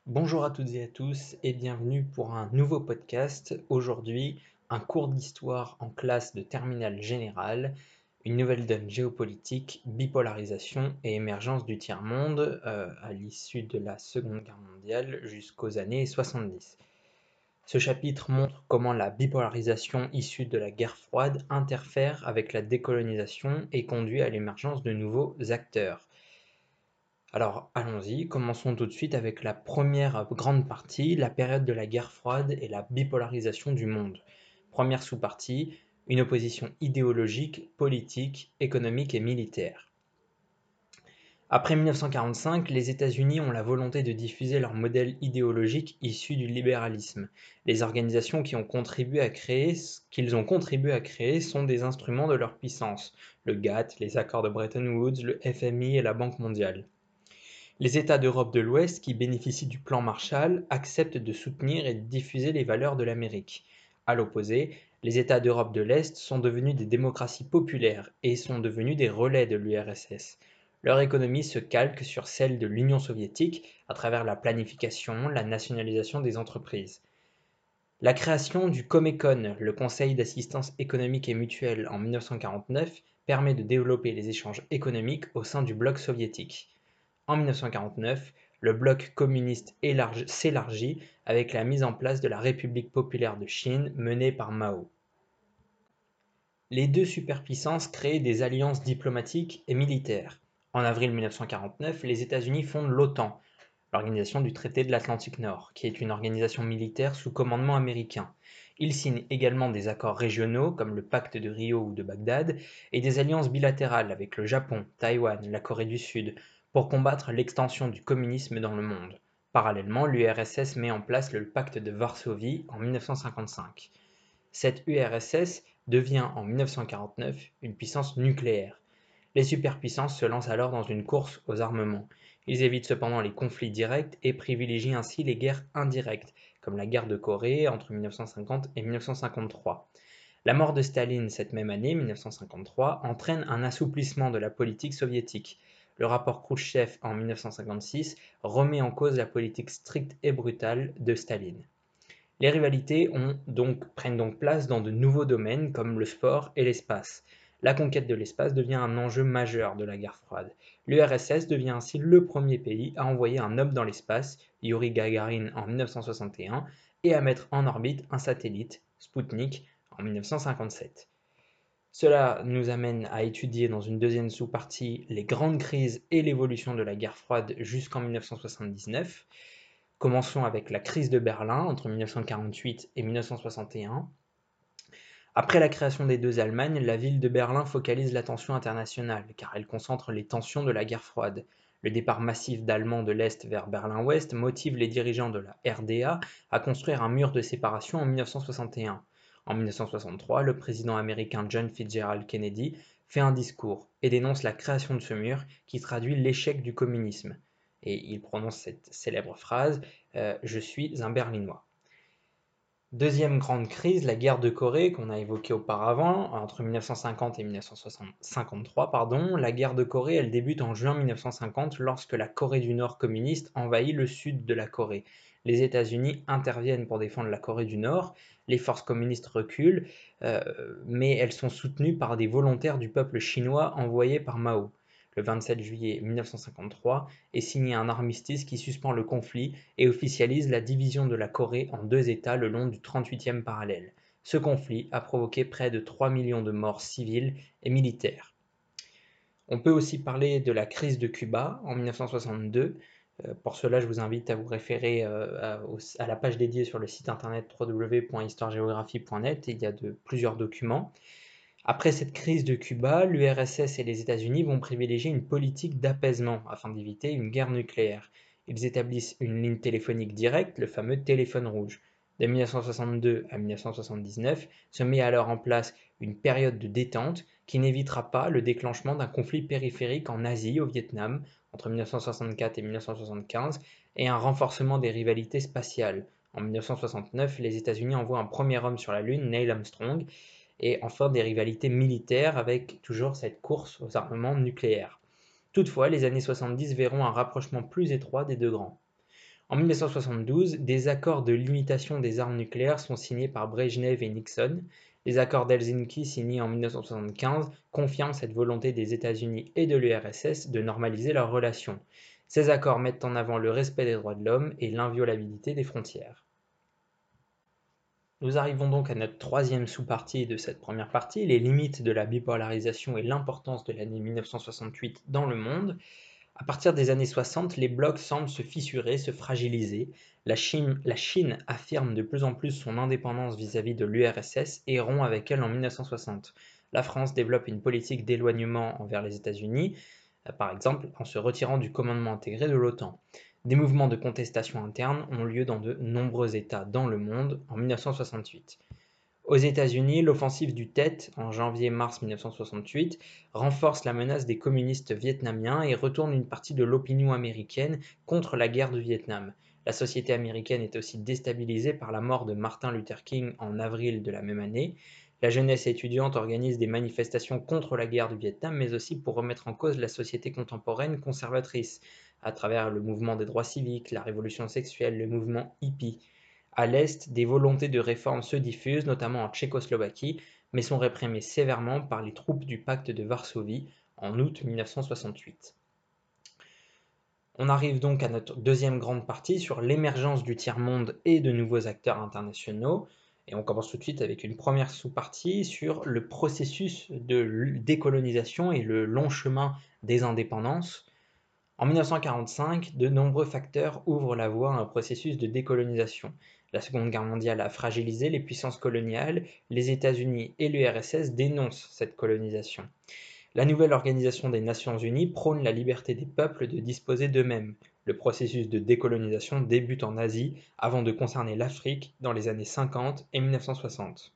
Bonjour à toutes et à tous et bienvenue pour un nouveau podcast. Aujourd'hui, un cours d'histoire en classe de terminale générale, une nouvelle donne géopolitique, bipolarisation et émergence du tiers-monde à l'issue de la Seconde Guerre mondiale jusqu'aux années 70. Ce chapitre montre comment la bipolarisation issue de la guerre froide interfère avec la décolonisation et conduit à l'émergence de nouveaux acteurs. Alors allons-y, commençons tout de suite avec la première grande partie, la période de la guerre froide et la bipolarisation du monde. Première sous-partie, une opposition idéologique, politique, économique et militaire. Après 1945, les États-Unis ont la volonté de diffuser leur modèle idéologique issu du libéralisme. Les organisations qu'ils ont contribué à créer sont des instruments de leur puissance, le GATT, les accords de Bretton Woods, le FMI et la Banque mondiale. Les États d'Europe de l'Ouest, qui bénéficient du plan Marshall, acceptent de soutenir et de diffuser les valeurs de l'Amérique. À l'opposé, les États d'Europe de l'Est sont devenus des démocraties populaires et sont devenus des relais de l'URSS. Leur économie se calque sur celle de l'Union soviétique à travers la planification, la nationalisation des entreprises. La création du Comecon, le Conseil d'assistance économique et mutuelle en 1949, permet de développer les échanges économiques au sein du bloc soviétique. En 1949, le bloc communiste s'élargit avec la mise en place de la République populaire de Chine menée par Mao. Les deux superpuissances créent des alliances diplomatiques et militaires. En avril 1949, les États-Unis fondent l'OTAN, l'Organisation du traité de l'Atlantique Nord, qui est une organisation militaire sous commandement américain. Ils signent également des accords régionaux comme le pacte de Rio ou de Bagdad et des alliances bilatérales avec le Japon, Taïwan, la Corée du Sud pour combattre l'extension du communisme dans le monde. Parallèlement, l'URSS met en place le pacte de Varsovie en 1955. Cette URSS devient en 1949 une puissance nucléaire. Les superpuissances se lancent alors dans une course aux armements. Ils évitent cependant les conflits directs et privilégient ainsi les guerres indirectes, comme la guerre de Corée entre 1950 et 1953. La mort de Staline cette même année, 1953, entraîne un assouplissement de la politique soviétique. Le rapport Khrouchtchev en 1956 remet en cause la politique stricte et brutale de Staline. Les rivalités prennent donc place dans de nouveaux domaines comme le sport et l'espace. La conquête de l'espace devient un enjeu majeur de la guerre froide. L'URSS devient ainsi le premier pays à envoyer un homme dans l'espace, Yuri Gagarin en 1961, et à mettre en orbite un satellite, Sputnik, en 1957. Cela nous amène à étudier dans une deuxième sous-partie les grandes crises et l'évolution de la guerre froide jusqu'en 1979. Commençons avec la crise de Berlin entre 1948 et 1961. Après la création des deux Allemagnes, la ville de Berlin focalise l'attention internationale car elle concentre les tensions de la guerre froide. Le départ massif d'Allemands de l'Est vers Berlin-Ouest motive les dirigeants de la RDA à construire un mur de séparation en 1961. En 1963, le président américain John Fitzgerald Kennedy fait un discours et dénonce la création de ce mur qui traduit l'échec du communisme. Et il prononce cette célèbre phrase Je suis un Berlinois. Deuxième grande crise, la guerre de Corée qu'on a évoquée auparavant, entre 1950 et 1953, pardon. La guerre de Corée, elle débute en juin 1950 lorsque la Corée du Nord communiste envahit le sud de la Corée. Les États-Unis interviennent pour défendre la Corée du Nord, les forces communistes reculent, mais elles sont soutenues par des volontaires du peuple chinois envoyés par Mao. Le 27 juillet 1953 est signé un armistice qui suspend le conflit et officialise la division de la Corée en deux États le long du 38e parallèle. Ce conflit a provoqué près de 3 millions de morts civiles et militaires. On peut aussi parler de la crise de Cuba en 1962. Pour cela, je vous invite à vous référer à la page dédiée sur le site internet www.histoiregéographie.net. Il y a plusieurs documents. Après cette crise de Cuba, l'URSS et les États-Unis vont privilégier une politique d'apaisement afin d'éviter une guerre nucléaire. Ils établissent une ligne téléphonique directe, le fameux téléphone rouge. De 1962 à 1979 se met alors en place une période de détente qui n'évitera pas le déclenchement d'un conflit périphérique en Asie, au Vietnam, entre 1964 et 1975, et un renforcement des rivalités spatiales. En 1969, les États-Unis envoient un premier homme sur la Lune, Neil Armstrong, et enfin des rivalités militaires avec toujours cette course aux armements nucléaires. Toutefois, les années 70 verront un rapprochement plus étroit des deux grands. En 1972, des accords de limitation des armes nucléaires sont signés par Brejnev et Nixon. Les accords d'Helsinki signés en 1975 confirment cette volonté des États-Unis et de l'URSS de normaliser leurs relations. Ces accords mettent en avant le respect des droits de l'homme et l'inviolabilité des frontières. Nous arrivons donc à notre troisième sous-partie de cette première partie, les limites de la bipolarisation et l'importance de l'année 1968 dans le monde. À partir des années 60, les blocs semblent se fissurer, se fragiliser. La Chine affirme de plus en plus son indépendance vis-à-vis de l'URSS et rompt avec elle en 1960. La France développe une politique d'éloignement envers les États-Unis, par exemple en se retirant du commandement intégré de l'OTAN. Des mouvements de contestation interne ont lieu dans de nombreux États dans le monde en 1968. Aux États-Unis, l'offensive du Tet, en janvier-mars 1968, renforce la menace des communistes vietnamiens et retourne une partie de l'opinion américaine contre la guerre du Vietnam. La société américaine est aussi déstabilisée par la mort de Martin Luther King en avril de la même année. La jeunesse étudiante organise des manifestations contre la guerre du Vietnam, mais aussi pour remettre en cause la société contemporaine conservatrice, à travers le mouvement des droits civiques, la révolution sexuelle, le mouvement hippie. À l'Est, des volontés de réforme se diffusent, notamment en Tchécoslovaquie, mais sont réprimées sévèrement par les troupes du pacte de Varsovie en août 1968. On arrive donc à notre deuxième grande partie sur l'émergence du tiers-monde et de nouveaux acteurs internationaux. Et on commence tout de suite avec une première sous-partie sur le processus de décolonisation et le long chemin des indépendances. En 1945, de nombreux facteurs ouvrent la voie à un processus de décolonisation. La Seconde Guerre mondiale a fragilisé les puissances coloniales, les États-Unis et l'URSS dénoncent cette colonisation. La nouvelle organisation des Nations Unies prône la liberté des peuples de disposer d'eux-mêmes. Le processus de décolonisation débute en Asie avant de concerner l'Afrique dans les années 50 et 1960.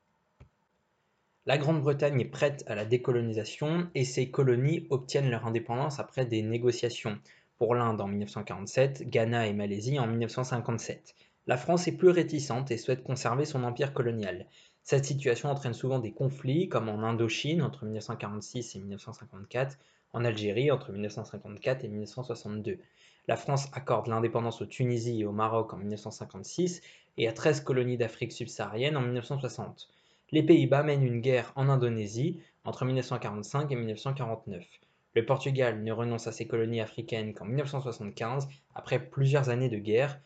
La Grande-Bretagne est prête à la décolonisation et ses colonies obtiennent leur indépendance après des négociations, pour l'Inde en 1947, Ghana et Malaisie en 1957. La France est plus réticente et souhaite conserver son empire colonial. Cette situation entraîne souvent des conflits, comme en Indochine entre 1946 et 1954, en Algérie entre 1954 et 1962. La France accorde l'indépendance aux Tunisie et au Maroc en 1956 et à 13 colonies d'Afrique subsaharienne en 1960. Les Pays-Bas mènent une guerre en Indonésie entre 1945 et 1949. Le Portugal ne renonce à ses colonies africaines qu'en 1975, après plusieurs années de guerre,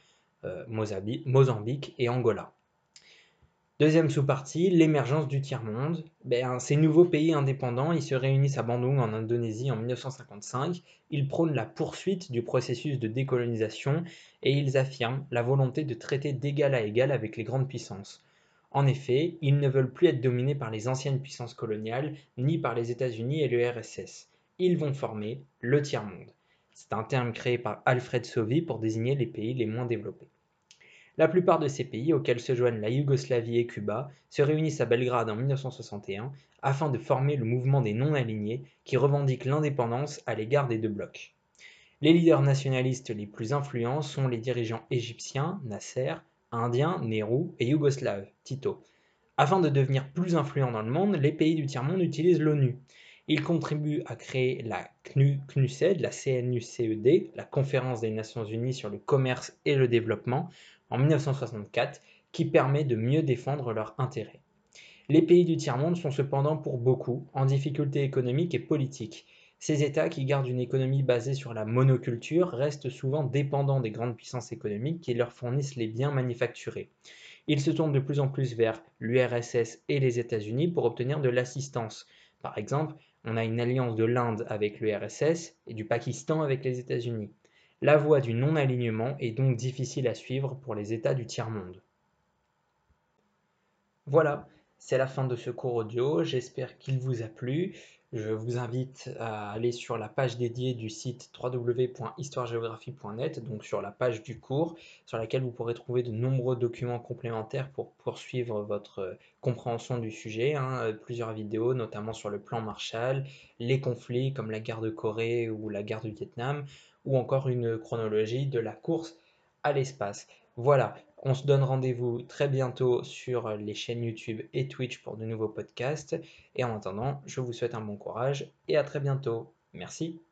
Mozambique et Angola. Deuxième sous-partie, l'émergence du tiers-monde. Ces nouveaux pays indépendants, ils se réunissent à Bandung en Indonésie en 1955. Ils prônent la poursuite du processus de décolonisation et ils affirment la volonté de traiter d'égal à égal avec les grandes puissances. En effet, ils ne veulent plus être dominés par les anciennes puissances coloniales, ni par les États-Unis et l'URSS. Ils vont former le tiers-monde. C'est un terme créé par Alfred Sauvy pour désigner les pays les moins développés. La plupart de ces pays, auxquels se joignent la Yougoslavie et Cuba, se réunissent à Belgrade en 1961 afin de former le mouvement des non-alignés qui revendique l'indépendance à l'égard des deux blocs. Les leaders nationalistes les plus influents sont les dirigeants égyptiens, Nasser, indiens, Nehru et yougoslaves, Tito. Afin de devenir plus influents dans le monde, les pays du tiers-monde utilisent l'ONU. Ils contribuent à créer la CNUCED, la CNUCED, la Conférence des Nations Unies sur le commerce et le développement, en 1964, qui permet de mieux défendre leurs intérêts. Les pays du tiers-monde sont cependant pour beaucoup en difficulté économique et politique. Ces États qui gardent une économie basée sur la monoculture restent souvent dépendants des grandes puissances économiques qui leur fournissent les biens manufacturés. Ils se tournent de plus en plus vers l'URSS et les États-Unis pour obtenir de l'assistance. Par exemple, on a une alliance de l'Inde avec l'URSS et du Pakistan avec les États-Unis. La voie du non-alignement est donc difficile à suivre pour les États du tiers-monde. Voilà, c'est la fin de ce cours audio, j'espère qu'il vous a plu. Je vous invite à aller sur la page dédiée du site www.histoiregéographie.net, donc sur la page du cours, sur laquelle vous pourrez trouver de nombreux documents complémentaires pour poursuivre votre compréhension du sujet, plusieurs vidéos, notamment sur le plan Marshall, les conflits comme la guerre de Corée ou la guerre du Vietnam, ou encore une chronologie de la course à l'espace. Voilà, on se donne rendez-vous très bientôt sur les chaînes YouTube et Twitch pour de nouveaux podcasts. Et en attendant, je vous souhaite un bon courage et à très bientôt. Merci.